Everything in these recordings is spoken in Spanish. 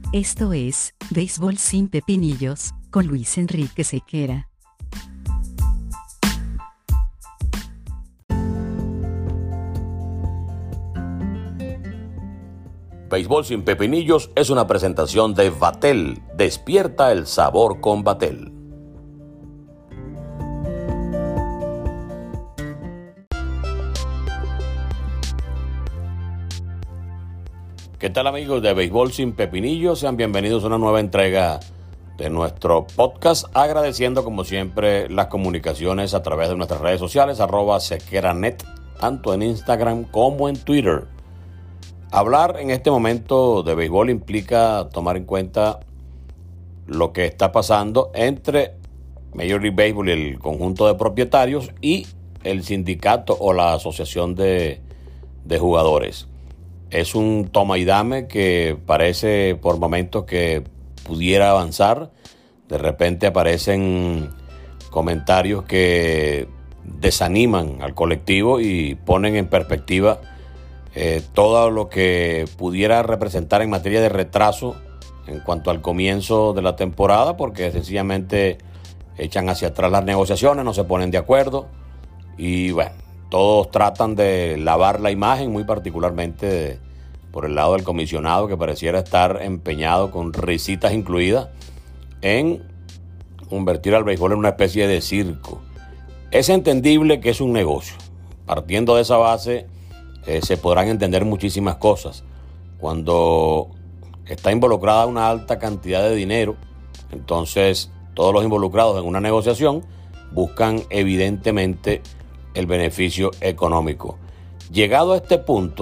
Esto es Béisbol sin Pepinillos, con Luis Enrique Sequera. Béisbol sin Pepinillos es una presentación de Vatel. Despierta el sabor con Vatel. ¿Qué tal, amigos de Béisbol sin Pepinillos? Sean bienvenidos a una nueva entrega de nuestro podcast, agradeciendo como siempre las comunicaciones a través de nuestras redes sociales, @sequeranet, tanto en Instagram como en Twitter. Hablar en este momento de béisbol implica tomar en cuenta lo que está pasando entre Major League Baseball y el conjunto de propietarios y el sindicato o la asociación de jugadores. Es un toma y dame que parece por momentos que pudiera avanzar. De repente aparecen comentarios que desaniman al colectivo y ponen en perspectiva todo lo que pudiera representar en materia de retraso en cuanto al comienzo de la temporada, porque sencillamente echan hacia atrás las negociaciones, no se ponen de acuerdo y bueno, todos tratan de lavar la imagen, muy particularmente por el lado del comisionado, que pareciera estar empeñado, con risitas incluidas, en convertir al béisbol en una especie de circo. Es entendible que es un negocio. Partiendo de esa base, se podrán entender muchísimas cosas. Cuando está involucrada una alta cantidad de dinero, entonces todos los involucrados en una negociación buscan evidentemente el beneficio económico. Llegado a este punto,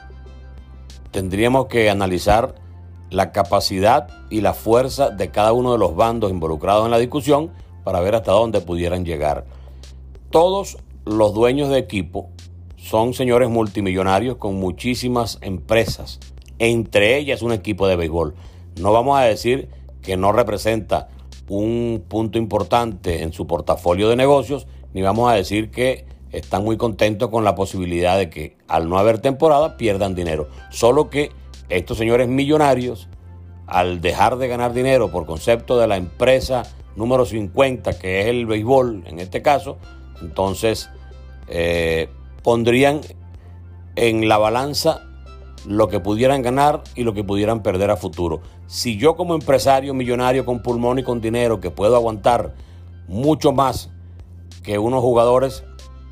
tendríamos que analizar la capacidad y la fuerza de cada uno de los bandos involucrados en la discusión para ver hasta dónde pudieran llegar. Todos los dueños de equipo son señores multimillonarios con muchísimas empresas, entre ellas un equipo de béisbol. No vamos a decir que no representa un punto importante en su portafolio de negocios, ni vamos a decir que están muy contentos con la posibilidad de que al no haber temporada pierdan dinero. Solo que estos señores millonarios, al dejar de ganar dinero por concepto de la empresa número 50, que es el béisbol en este caso, entonces pondrían en la balanza lo que pudieran ganar y lo que pudieran perder a futuro. Si yo, como empresario millonario con pulmón y con dinero, que puedo aguantar mucho más que unos jugadores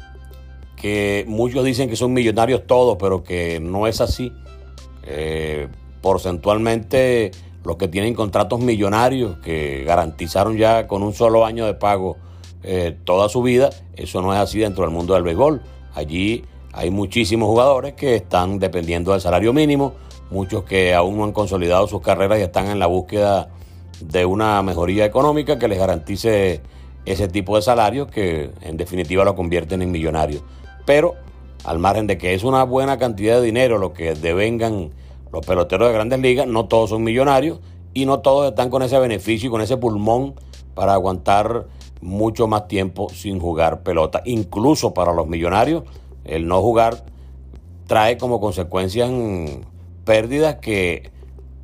que muchos dicen que son millonarios todos, pero que no es así. Porcentualmente, los que tienen contratos millonarios que garantizaron ya con un solo año de pago toda su vida, eso no es así dentro del mundo del béisbol. Allí hay muchísimos jugadores que están dependiendo del salario mínimo, muchos que aún no han consolidado sus carreras y están en la búsqueda de una mejoría económica que les garantice ese tipo de salarios que en definitiva lo convierten en millonarios. Pero al margen de que es una buena cantidad de dinero lo que devengan los peloteros de Grandes Ligas, no todos son millonarios y no todos están con ese beneficio y con ese pulmón para aguantar mucho más tiempo sin jugar pelota. Incluso para los millonarios, el no jugar trae como consecuencias pérdidas que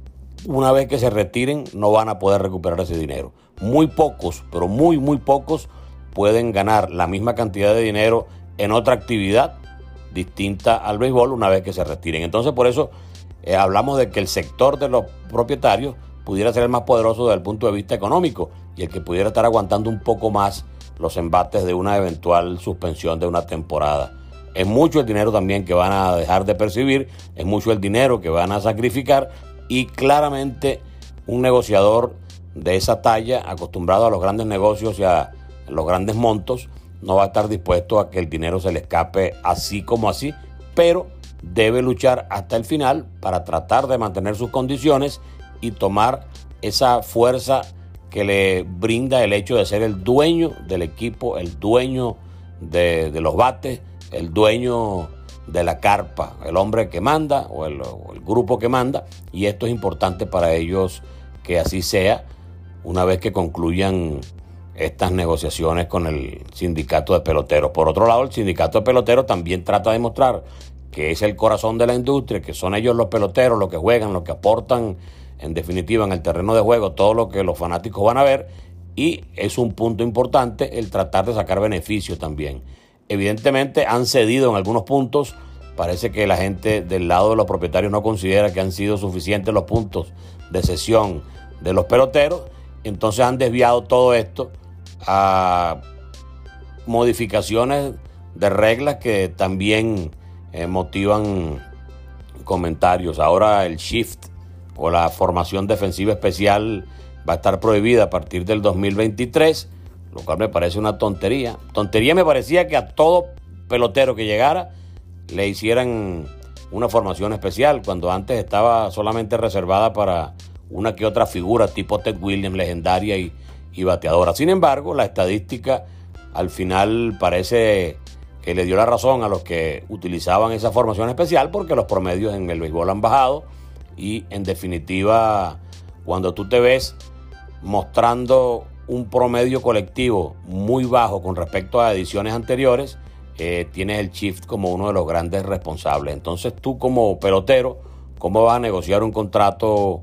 una vez que se retiren no van a poder recuperar ese dinero. Muy pocos, pero muy pocos pueden ganar la misma cantidad de dinero en otra actividad distinta al béisbol una vez que se retiren. Entonces, por eso hablamos de que el sector de los propietarios pudiera ser el más poderoso desde el punto de vista económico y el que pudiera estar aguantando un poco más los embates de una eventual suspensión de una temporada. Es mucho el dinero también que van a dejar de percibir, es mucho el dinero que van a sacrificar y claramente un negociador de esa talla, acostumbrado a los grandes negocios y a los grandes montos, no va a estar dispuesto a que el dinero se le escape así como así, pero debe luchar hasta el final para tratar de mantener sus condiciones y tomar esa fuerza que le brinda el hecho de ser el dueño del equipo, el dueño de los bates, el dueño de la carpa, el hombre que manda o el grupo que manda, y esto es importante para ellos que así sea una vez que concluyan estas negociaciones con el sindicato de peloteros. Por otro lado, el sindicato de peloteros también trata de mostrar que es el corazón de la industria, que son ellos los peloteros, los que juegan, los que aportan en definitiva, en el terreno de juego, todo lo que los fanáticos van a ver, y es un punto importante el tratar de sacar beneficios también. Evidentemente han cedido en algunos puntos. Parece que la gente del lado de los propietarios no considera que han sido suficientes los puntos de cesión de los peloteros. Entonces han desviado todo esto a modificaciones de reglas que también motivan comentarios. Ahora el shift o la formación defensiva especial va a estar prohibida a partir del 2023, lo cual me parece una tontería. Tontería me parecía que a todo pelotero que llegara le hicieran una formación especial, cuando antes estaba solamente reservada para una que otra figura tipo Ted Williams, legendaria y bateadora. Sin embargo, la estadística al final parece que le dio la razón a los que utilizaban esa formación especial, porque los promedios en el béisbol han bajado y, en definitiva, cuando tú te ves mostrando un promedio colectivo muy bajo con respecto a ediciones anteriores, tienes el shift como uno de los grandes responsables. Entonces tú, como pelotero, ¿cómo vas a negociar un contrato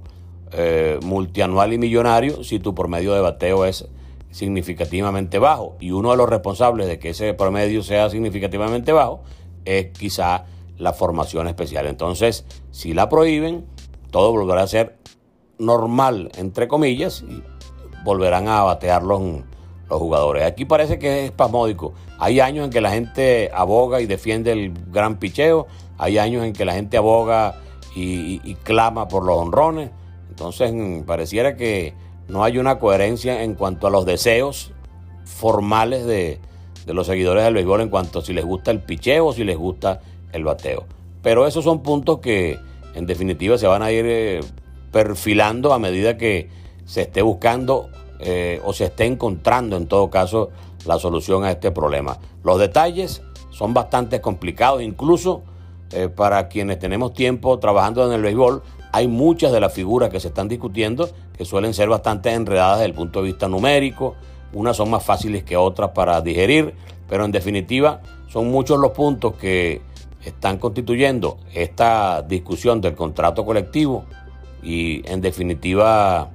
multianual y millonario si tu promedio de bateo es significativamente bajo? Y uno de los responsables de que ese promedio sea significativamente bajo es quizá la formación especial. Entonces, si la prohíben, todo volverá a ser normal, entre comillas, y volverán a batear los jugadores. Aquí parece que es espasmódico. Hay años en que la gente aboga y defiende el gran picheo, hay años en que la gente aboga y clama por los honrones. Entonces pareciera que no hay una coherencia en cuanto a los deseos formales de los seguidores del béisbol en cuanto a si les gusta el picheo o si les gusta el bateo. Pero esos son puntos que en definitiva se van a ir perfilando a medida que se esté buscando o se esté encontrando, en todo caso, la solución a este problema. Los detalles son bastante complicados, incluso para quienes tenemos tiempo trabajando en el béisbol. Hay muchas de las figuras que se están discutiendo que suelen ser bastante enredadas desde el punto de vista numérico. Unas son más fáciles que otras para digerir, pero en definitiva son muchos los puntos que están constituyendo esta discusión del contrato colectivo, y en definitiva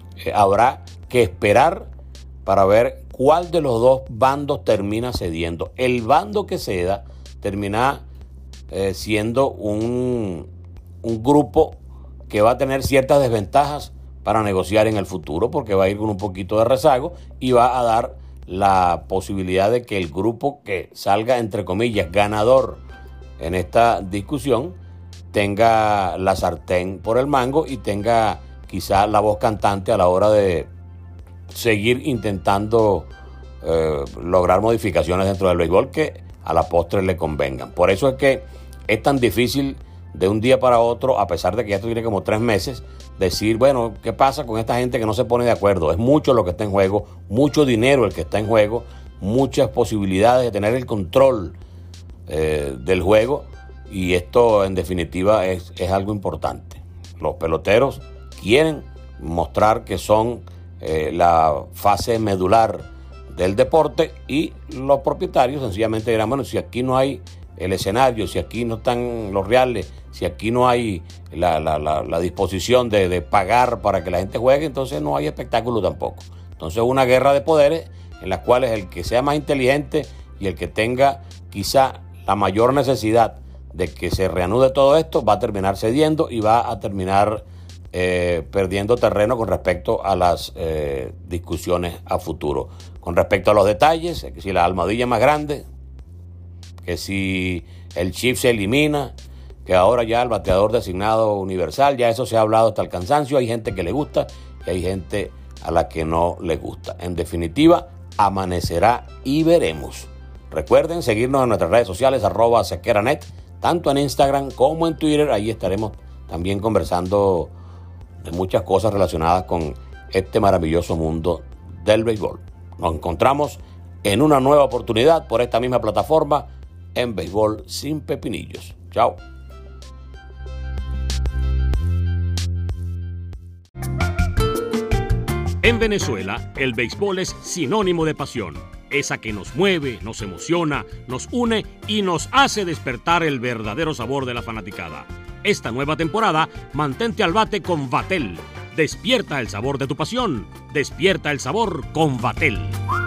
habrá que esperar para ver cuál de los dos bandos termina cediendo. El bando que ceda termina siendo un grupo que va a tener ciertas desventajas para negociar en el futuro, porque va a ir con un poquito de rezago y va a dar la posibilidad de que el grupo que salga, entre comillas, ganador en esta discusión tenga la sartén por el mango y tenga quizá la voz cantante a la hora de seguir intentando lograr modificaciones dentro del béisbol que a la postre le convengan. Por eso es que es tan difícil de un día para otro, a pesar de que ya esto tiene como 3 meses, decir, bueno, ¿qué pasa con esta gente que no se pone de acuerdo? Es mucho lo que está en juego, mucho dinero el que está en juego, muchas posibilidades de tener el control del juego, y esto en definitiva es algo importante. Los peloteros quieren mostrar que son la fase medular del deporte, y los propietarios sencillamente dirán, bueno, si aquí no hay el escenario, si aquí no están los reales, si aquí no hay la disposición de pagar para que la gente juegue, entonces no hay espectáculo tampoco. Entonces una guerra de poderes en las cuales el que sea más inteligente y el que tenga quizá la mayor necesidad de que se reanude todo esto va a terminar cediendo y va a terminar perdiendo terreno con respecto a las discusiones a futuro. Con respecto a los detalles, que si la almohadilla es más grande, que si el chip se elimina, que ahora ya el bateador designado universal, ya eso se ha hablado hasta el cansancio. Hay gente que le gusta y hay gente a la que no le gusta. En definitiva, amanecerá y veremos. Recuerden seguirnos en nuestras redes sociales, @sequeranet, tanto en Instagram como en Twitter. Ahí estaremos también conversando de muchas cosas relacionadas con este maravilloso mundo del béisbol. Nos encontramos en una nueva oportunidad por esta misma plataforma en Béisbol Sin Pepinillos. Chao. En Venezuela, el béisbol es sinónimo de pasión. Esa que nos mueve, nos emociona, nos une y nos hace despertar el verdadero sabor de la fanaticada. Esta nueva temporada, mantente al bate con Vatel. Despierta el sabor de tu pasión. Despierta el sabor con Vatel.